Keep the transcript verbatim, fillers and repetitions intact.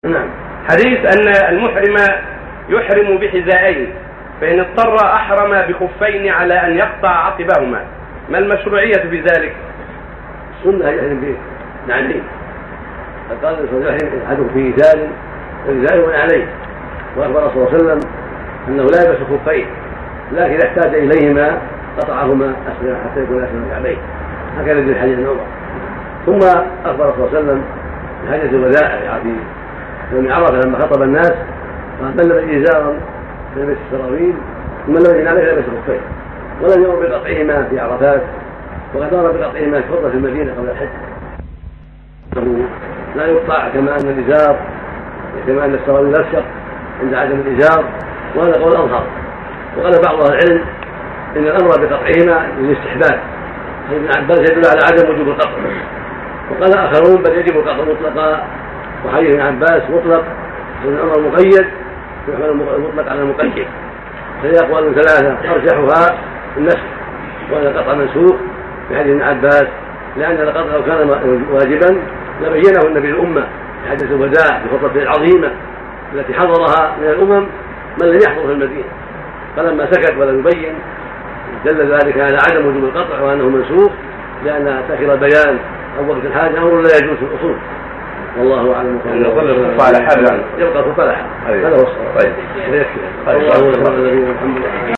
نعم. حديث أن المحرم يحرم بحذائين، فإن اضطر أحرم بخفين على أن يقطع عقبهما، ما المشروعية في ذلك؟ السنة يحرم بنعلين، فقال يحرم أحدهم في إزار وإزار عليه، وأخبر صلى الله عليه وسلم أنه لا يلبس خفين، لكن احتاج إليهما قطعهما أسفل حتى يكون أسفل الكعبين، هكذا في حديث عمر. ثم أخبر صلى الله عليه وسلم في حديث الوداع في يوم عرفة لما خطب الناس قال من لبس إزارا فلبس السراويل ومن لبس عليه فلبس الخفين، ولم يؤمر بقطعهما في عرفات، وقد امر بقطعهما في فضة في المدينة قبل الحج. لا يقطع كما أن الإزار كما أن السراويل لا تشق عند عدم الإزار، وهذا قول أظهر. وقال بعض أهل العلم إن الأمر بقطعهما للاستحباب، ابن عباس يدل على عدم وجوب القطع، وقال آخرون بل يجب القطع مطلقا، وحديث ابن عباس مطلق وإن الأمر مقيد يحمل المطلق على المقيد. فهي أقوال ثلاثة أرجحها النسخ، وأن القطع منسوخ في حديث ابن عباس، لأن القطع لو كان واجبا لبينه النبي الأمة في حديث الوداع بخطبته العظيمة التي حضرها من الأمم من لم يحضر في المدينة، فلما سكت ولم يبين دل ذلك على عدم وجوب القطع وأنه منسوخ، لأن تأخير البيان أو وقت الحاجة أمر لا يجوز في الأصول. والله أعلم. يظل الخف على حال، يبقى الخف على حال، هذا هو الصواب. طيب. الله الحمد لله.